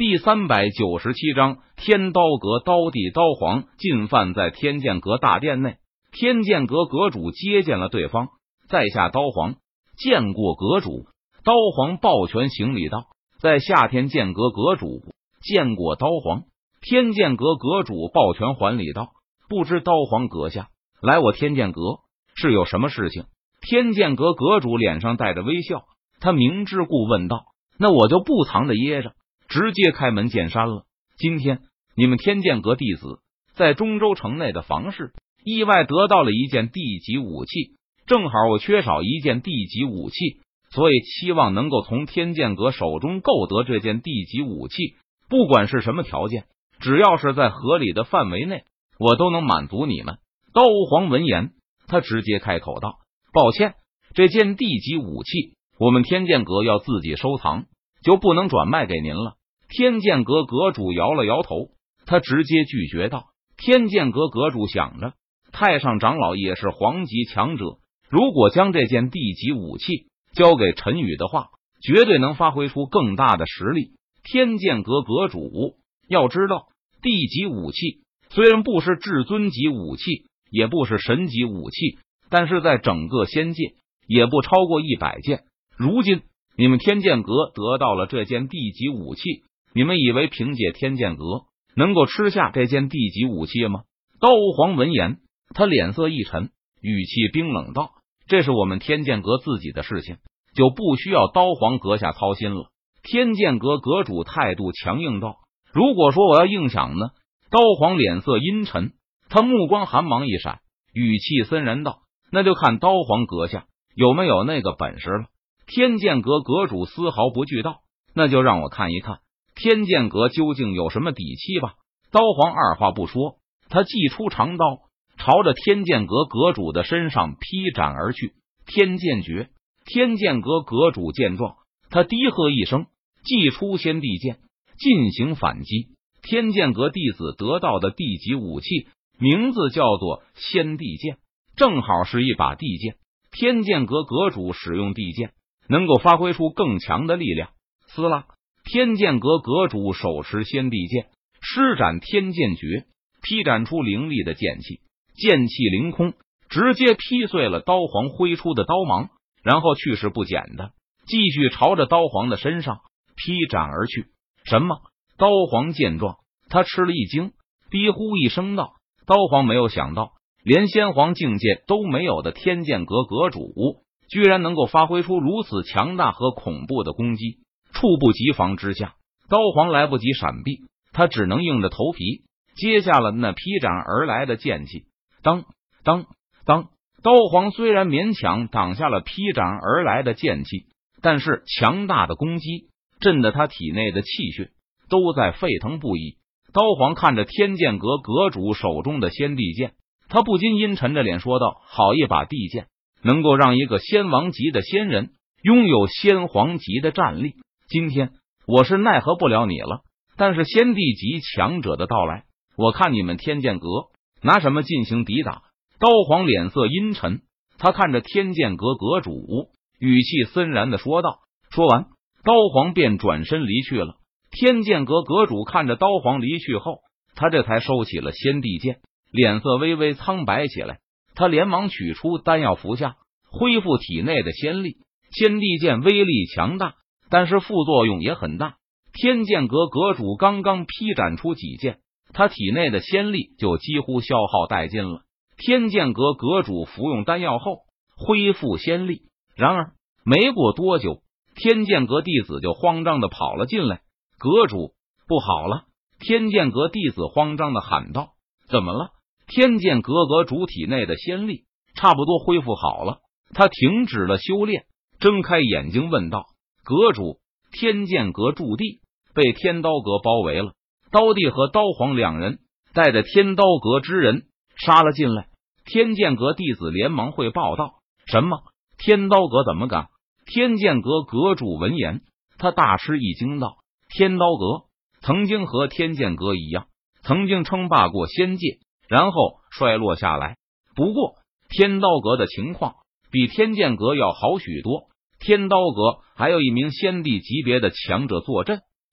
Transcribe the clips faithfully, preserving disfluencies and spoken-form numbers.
第三百九十七章天刀阁。刀帝刀皇进犯在天剑阁大殿内，天剑阁阁主接见了对方。在下刀皇见过阁主。刀皇抱拳行礼道：在下天剑阁阁主见过刀皇。天剑阁阁主抱拳还礼道：不知刀皇阁下来我天剑阁是有什么事情？天剑阁阁主脸上带着微笑，他明知故问道：那我就不藏着掖着，直接开门见山了。今天你们天剑阁弟子在中州城内的房室意外得到了一件地级武器，正好我缺少一件地级武器，所以期望能够从天剑阁手中购得这件地级武器。不管是什么条件，只要是在合理的范围内，我都能满足你们。刀皇闻言，他直接开口道：抱歉，这件地级武器我们天剑阁要自己收藏，就不能转卖给您了。天剑阁阁主摇了摇头，他直接拒绝道：天剑阁阁主想着，太上长老也是皇级强者，如果将这件地级武器交给陈宇的话，绝对能发挥出更大的实力。天剑阁阁主要知道，地级武器虽然不是至尊级武器，也不是神级武器，但是在整个仙界也不超过一百件。如今你们天剑阁得到了这件地级武器，你们以为凭借天剑阁能够吃下这件地级武器吗？刀皇闻言，他脸色一沉，语气冰冷道：这是我们天剑阁自己的事情，就不需要刀皇阁下操心了。天剑阁阁主态度强硬道：如果说我要硬抢呢？刀皇脸色阴沉，他目光寒芒一闪，语气森然道：那就看刀皇阁下有没有那个本事了。天剑阁阁主丝毫不惧道：那就让我看一看天剑阁究竟有什么底气吧。刀皇二话不说，他祭出长刀，朝着天剑阁阁主的身上劈斩而去。天剑诀。天剑阁阁主见状，他低喝一声，祭出仙地剑进行反击。天剑阁弟子得到的地级武器名字叫做仙地剑，正好是一把地剑。天剑阁阁主使用地剑能够发挥出更强的力量。撕拉，天剑阁阁主手持仙地剑，施展天剑诀，劈斩出凌厉的剑气，剑气凌空，直接劈碎了刀皇挥出的刀芒，然后去势不减的继续朝着刀皇的身上劈斩而去。什么？刀皇见状，他吃了一惊，低呼一声道：刀皇没有想到，连仙皇境界都没有的天剑阁阁主居然能够发挥出如此强大和恐怖的攻击。猝不及防之下，刀皇来不及闪避，他只能硬着头皮接下了那劈斩而来的剑气。当当当，刀皇虽然勉强挡下了劈斩而来的剑气，但是强大的攻击震得他体内的气血都在沸腾不已。刀皇看着天剑阁阁主手中的仙地剑，他不禁阴沉着脸说道：好一把地剑，能够让一个仙王级的仙人拥有仙皇级的战力。今天我是奈何不了你了，但是仙帝级强者的到来，我看你们天剑阁拿什么进行抵挡。刀皇脸色阴沉，他看着天剑阁阁主，语气森然的说道。说完，刀皇便转身离去了。天剑阁阁主看着刀皇离去后，他这才收起了仙地剑，脸色微微苍白起来。他连忙取出丹药服下，恢复体内的仙力。仙地剑威力强大，但是副作用也很大。天剑阁阁主刚刚劈斩出几剑，他体内的仙力就几乎消耗殆尽了。天剑阁阁主服用丹药后恢复仙力，然而没过多久，天剑阁弟子就慌张的跑了进来。阁主，不好了！天剑阁弟子慌张的喊道。怎么了？天剑阁阁主体内的仙力差不多恢复好了，他停止了修炼，睁开眼睛问道：阁主，天剑阁驻地被天刀阁包围了，刀帝和刀皇两人带着天刀阁之人杀了进来。天剑阁弟子连忙汇报道。什么？天刀阁怎么敢？天剑阁阁主闻言，他大吃一惊道：天刀阁曾经和天剑阁一样，曾经称霸过仙界，然后衰落下来。不过天刀阁的情况比天剑阁要好许多，天刀阁还有一名仙帝级别的强者坐镇，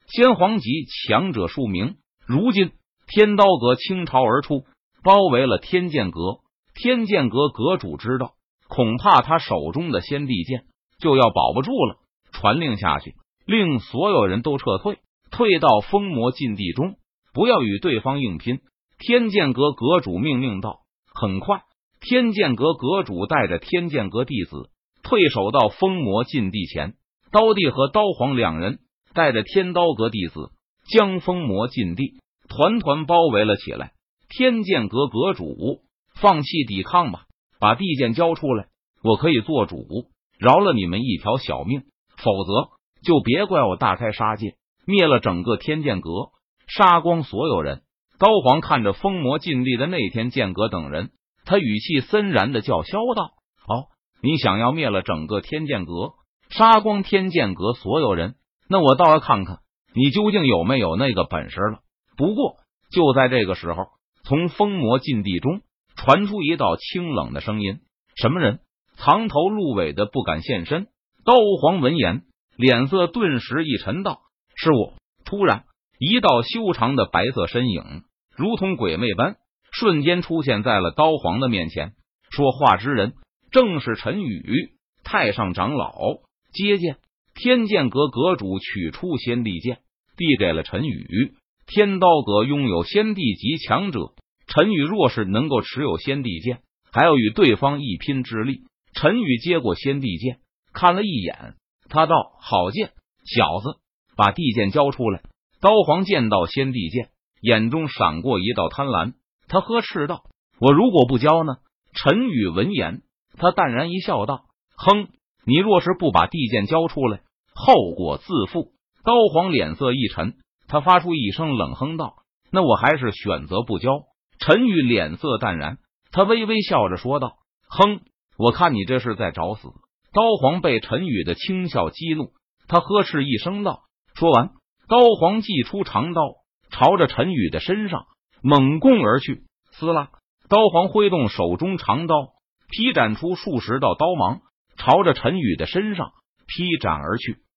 先皇及强者数名。如今天刀阁倾巢而出，包围了天剑阁。天剑阁阁主知道，恐怕他手中的先帝剑就要保不住了，传令下去，令所有人都撤退，退到封魔禁地中，不要与对方硬拼。天剑阁阁主命令道。很快，天剑阁阁主带着天剑阁弟子退守到封魔禁地前，刀帝和刀皇两人带着天刀阁弟子将封魔禁地团团包围了起来。天剑阁阁主，放弃抵抗吧，把地剑交出来，我可以做主，饶了你们一条小命，否则就别怪我大开杀戒，灭了整个天剑阁，杀光所有人。刀皇看着封魔禁地的内天剑阁等人，他语气森然的叫嚣道：哦，你想要灭了整个天剑阁，杀光天剑阁所有人，那我倒要看看你究竟有没有那个本事了。不过就在这个时候，从封魔禁地中传出一道清冷的声音：什么人藏头露尾的不敢现身？刀皇闻言脸色顿时一沉道：是我。突然一道修长的白色身影如同鬼魅般瞬间出现在了刀皇的面前。说话之人正是陈宇，太上长老。接见。天剑阁阁主取出先帝剑递给了陈宇。天刀阁拥有先帝级强者，陈宇若是能够持有先帝剑，还要与对方一拼之力。陈宇接过先帝剑看了一眼，他道：好剑，小子，把地剑交出来。刀皇见到先帝剑，眼中闪过一道贪婪，他呵斥道：我如果不交呢？陈宇闻言，他淡然一笑道：哼，你若是不把地剑交出来，后果自负。刀皇脸色一沉，他发出一声冷哼道：那我还是选择不交。陈宇脸色淡然，他微微笑着说道：哼，我看你这是在找死。刀皇被陈宇的轻笑激怒，他呵斥一声道。说完，刀皇祭出长刀，朝着陈宇的身上猛攻而去。撕拉，刀皇挥动手中长刀，劈斩出数十道刀芒，朝着陈宇的身上劈斩而去。